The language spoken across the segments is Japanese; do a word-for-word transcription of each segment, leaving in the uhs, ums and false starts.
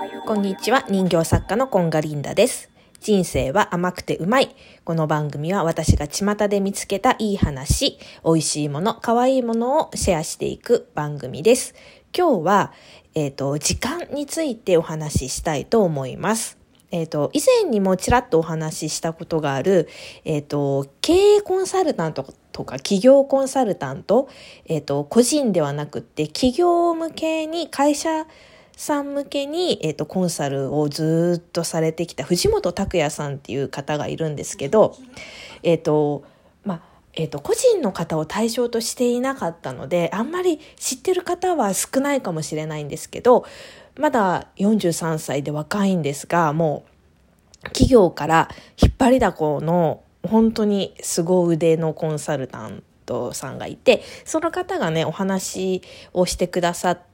こんにちは、人形作家のコンガリンダです。人生は甘くてうまい。この番組は私が巷で見つけたいい話、美味しいもの、可愛いものをシェアしていく番組です。今日は、えっと、時間についてお話ししたいと思います。えっと、以前にもちらっとお話ししたことがある、えっと、経営コンサルタントとか企業コンサルタント、えっと、個人ではなくって企業向けに会社さん向けに、えっと、コンサルをずっとされてきた藤本拓也さんっていう方がいるんですけど、えっと、まあ、えっと、個人の方を対象としていなかったので、あんまり知ってる方は少ないかもしれないんですけど、まだよんじゅうさんさいで若いんですが、もう企業から引っ張りだこの本当に凄腕のコンサルタントさんがいて、その方がね、お話をしてくださって、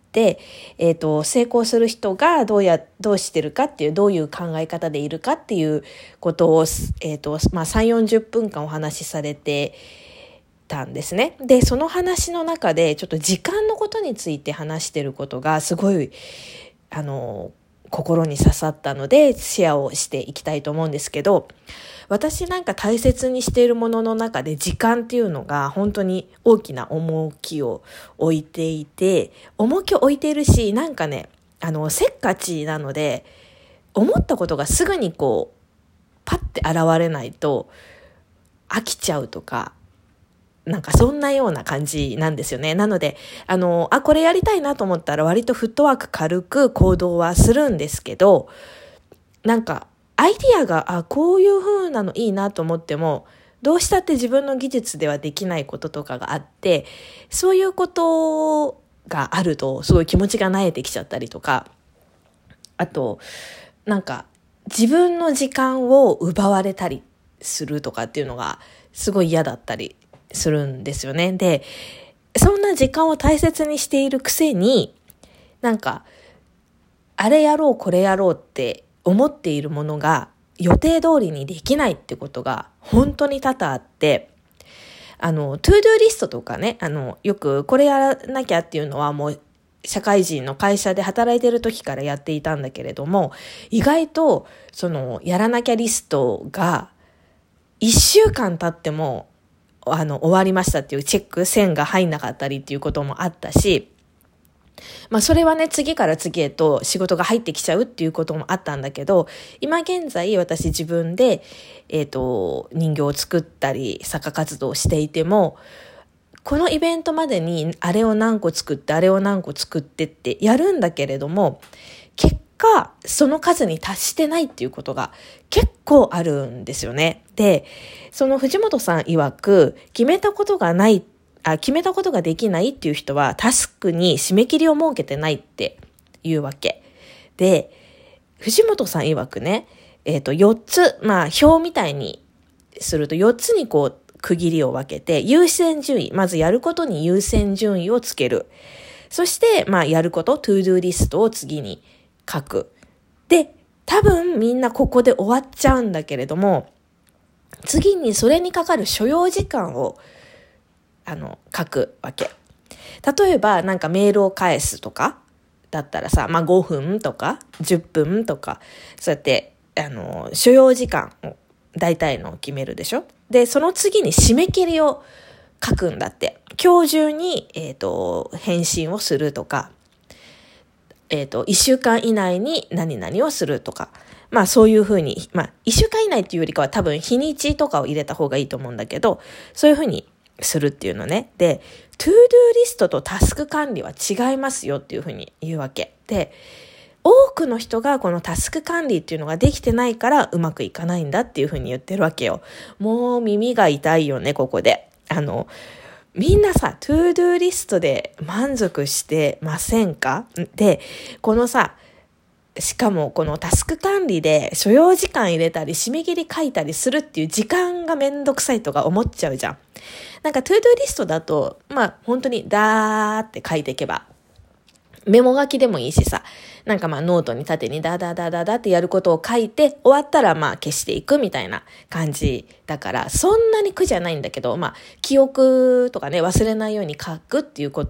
えっと、成功する人がどうや、どうしてるかっていう、どういう考え方でいるかっていうことを、えっと、まあ、さんじゅう、よんじゅっぷんかんお話しされてたんですね。で、その話の中で、ちょっと時間のことについて話してることが、すごい、あの、心に刺さったので、シェアをしていきたいと思うんですけど、私なんか大切にしているものの中で時間っていうのが本当に大きな重きを置いていて、重きを置いているし、なんかね、あの、せっかちなので、思ったことがすぐにこう、パッて現れないと飽きちゃうとか、なんかそんなような感じなんですよね。なので、あの、あ、これやりたいなと思ったら割とフットワーク軽く行動はするんですけど、なんかアイディアが、あ、こういう風なのいいなと思っても、どうしたって自分の技術ではできないこととかがあって、そういうことがあるとすごい気持ちが萎えてきちゃったりとか、あと、なんか自分の時間を奪われたりするとかっていうのがすごい嫌だったりするんですよね。で、そんな時間を大切にしているくせに、なんか、あれやろうこれやろうって思っているものが予定通りにできないってことが本当に多々あって、あの、トゥードゥーリストとかね、あの、よくこれやらなきゃっていうのはもう社会人の会社で働いてる時からやっていたんだけれども、意外とそのやらなきゃリストがいっしゅうかん経ってもあの、終わりましたっていうチェック、線が入んなかったりっていうこともあったし、まあそれはね、次から次へと仕事が入ってきちゃうっていうこともあったんだけど、今現在私自分で、えっと、人形を作ったり、作家活動をしていても、このイベントまでにあれを何個作って、あれを何個作ってってやるんだけれども、結果、その数に達してないっていうことが結構あるんですよね。で、その藤本さん曰く、決めたことがない、あ、決めたことができないっていう人は、タスクに締め切りを設けてないっていうわけ。で、藤本さん曰くね、えっと、よっつ、まあ、表みたいにするとよっつにこう、区切りを分けて、優先順位、まずやることに優先順位をつける。そして、まあ、やること、トゥードゥーリストを次に書く。で、多分みんなここで終わっちゃうんだけれども、次にそれにかかる所要時間をあの書くわけ。例えばなんかメールを返すとかだったらさ、まあごふんとかじゅっぷんとか、そうやってあの所要時間を大体の決めるでしょ。で、その次に締め切りを書くんだって。今日中に、えっと、返信をするとか、えっと、一週間以内に何々をするとか、まあそういうふうに、まあ一週間以内っていうよりかは多分日にちとかを入れた方がいいと思うんだけど、そういうふうにするっていうのね。で、トゥードゥーリストとタスク管理は違いますよっていうふうに言うわけ。で、多くの人がこのタスク管理っていうのができてないからうまくいかないんだっていうふうに言ってるわけよ。もう耳が痛いよね、ここで。あの、みんなさ、トゥードゥーリストで満足してませんか？で、このさ、しかもこのタスク管理で所要時間入れたり締め切り書いたりするっていう時間がめんどくさいとか思っちゃうじゃん。なんかトゥードゥーリストだと、まあ本当にダーって書いていけば、メモ書きでもいいしさ、なんかまあノートに縦にダーダーダーダーダーってやることを書いて、終わったらまあ消していくみたいな感じだから、そんなに苦じゃないんだけど、まあ記憶とかね、忘れないように書くっていうこと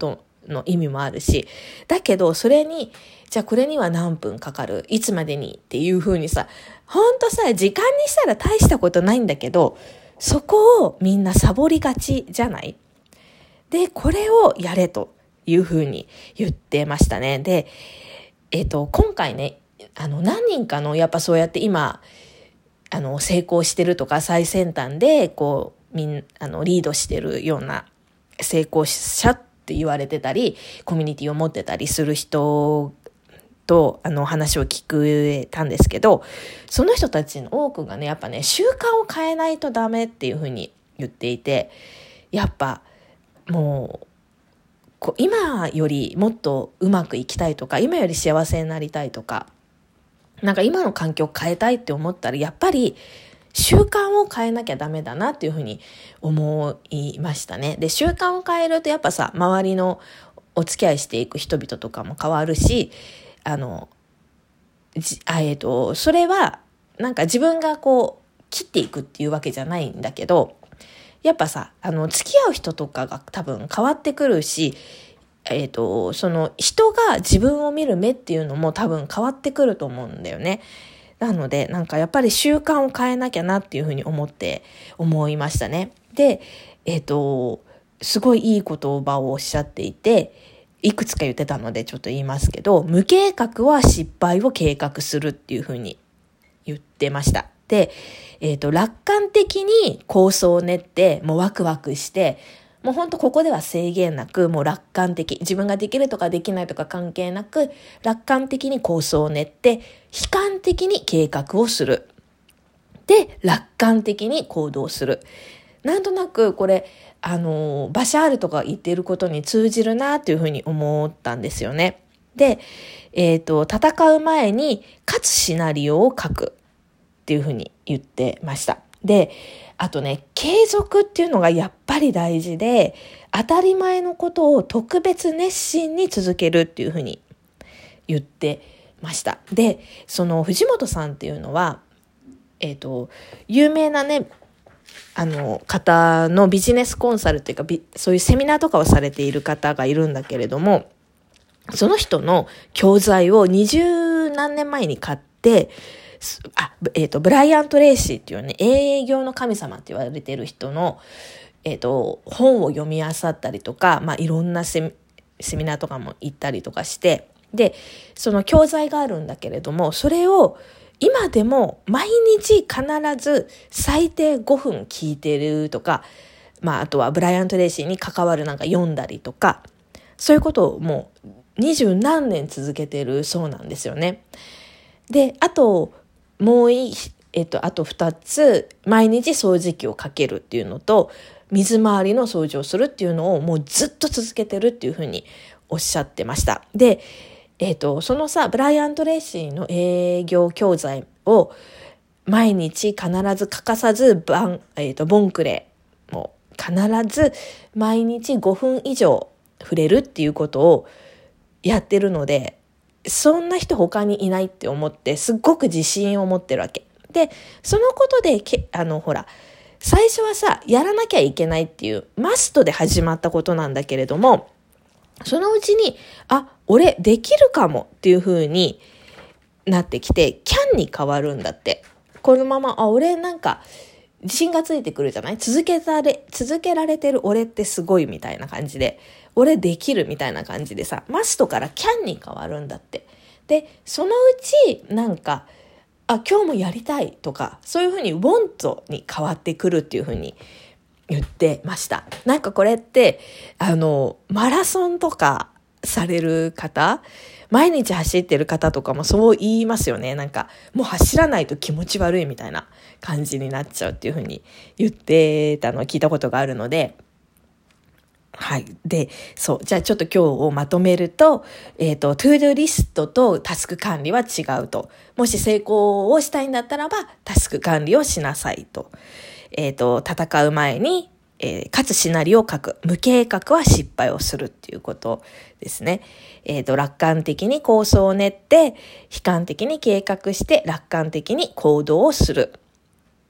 の意味もあるし、だけどそれにじゃあこれには何分かかる、いつまでにっていう風にさ、ほんとさ、時間にしたら大したことないんだけど、そこをみんなサボりがちじゃない？で、これをやれという風に言ってましたね。で、えっと、今回ね、あの、何人かの、やっぱそうやって今、あの、成功してるとか、最先端で、こう、みん、あの、リードしてるような成功者って言われてたり、コミュニティを持ってたりする人と、あの、話を聞くたんですけど、その人たちの多くがね、やっぱね、習慣を変えないとダメっていうふうに言っていて、やっぱ、もう、こう今よりもっとうまくいきたいとか、今より幸せになりたいとか、なんか今の環境を変えたいって思ったら、やっぱり習慣を変えなきゃダメだなっていうふうに思いましたね。で、習慣を変えるとやっぱさ、周りのお付き合いしていく人々とかも変わるし、あの、じあえっと、それはなんか自分がこう切っていくっていうわけじゃないんだけど、やっぱさ、あの、付き合う人とかが多分変わってくるし、えっと、その人が自分を見る目っていうのも多分変わってくると思うんだよね。なので、なんかやっぱり習慣を変えなきゃなっていうふうに思って、思いましたね。で、えっと、すごいいい言葉をおっしゃっていて、いくつか言ってたのでちょっと言いますけど、無計画は失敗を計画するっていうふうに言ってました。で、えっと、楽観的に構想を練って、もうワクワクして、もう本当ここでは制限なく、もう楽観的、自分ができるとかできないとか関係なく、楽観的に構想を練って、悲観的に計画をする。で、楽観的に行動する。なんとなくこれ、あの、バシャールとか言っていることに通じるなっていうふうに思ったんですよね。で、えっと、戦う前に勝つシナリオを書くっていうふうに言ってました。で、あとね、継続っていうのがやっぱり大事で、当たり前のことを特別熱心に続けるっていうふうに言ってました。で、その藤本さんっていうのは、えっと、有名なね、あの方のビジネスコンサルっていうか、そういうセミナーとかをされている方がいるんだけれども、その人の教材を二十何年前に買って、あ、えっと、ブライアント・レイシーっていうね、営業の神様って言われている人の、えっと、本を読み漁ったりとか、まあ、いろんなセミ、セミナーとかも行ったりとかして、で、その教材があるんだけれども、それを今でも毎日必ず最低ごふん聞いてるとか、まあ、あとはブライアント・レイシーに関わるなんか読んだりとか、そういうことをもう二十何年続けてるそうなんですよね。で、あと、もういい、えっと、あと二つ、毎日掃除機をかけるっていうのと、水回りの掃除をするっていうのをもうずっと続けてるっていうふうにおっしゃってました。で、えっと、そのさ、ブライアント・レイシーの営業教材を毎日必ず欠かさず、バン、えっと、ボンクレも必ず毎日ごふん以上触れるっていうことをやってるので、そんな人他にいないって思ってすっごく自信を持ってるわけで、そのことでけあのほら最初はさ、やらなきゃいけないっていうマストで始まったことなんだけれども、そのうちにあ、俺できるかもっていう風になってきて、キャンに変わるんだって。このままあ、俺なんか自信がついてくるじゃない？続けられ続けられてる俺ってすごいみたいな感じで、俺できるみたいな感じでさ、マストからキャンに変わるんだって。で、そのうちなんか、あ、今日もやりたいとか、そういうふうにウォントに変わってくるっていうふうに言ってました。なんかこれって、あの、マラソンとかされる方、毎日走ってる方とかもそう言いますよね。なんか、もう走らないと気持ち悪いみたいな感じになっちゃうっていうふうに言ってたのを聞いたことがあるので、はい。で、そう。じゃあちょっと今日をまとめると、えっと、トゥードゥリストとタスク管理は違うと。もし成功をしたいんだったらば、タスク管理をしなさいと。えっと、戦う前に、えー、かつシナリオを書く。無計画は失敗をするっていうことですね。えっと、楽観的に構想を練って、悲観的に計画して、楽観的に行動をする。っ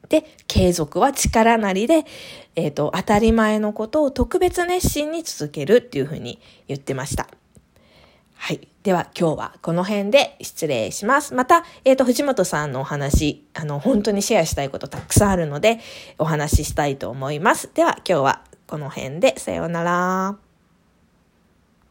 で、継続は力なりで、えっと、当たり前のことを特別熱心に続けるっていうふうに言ってました。はい。では今日はこの辺で失礼します。また、えっと、藤本さんのお話、あの、本当にシェアしたいことたくさんあるので、お話ししたいと思います。では今日はこの辺で、さようなら。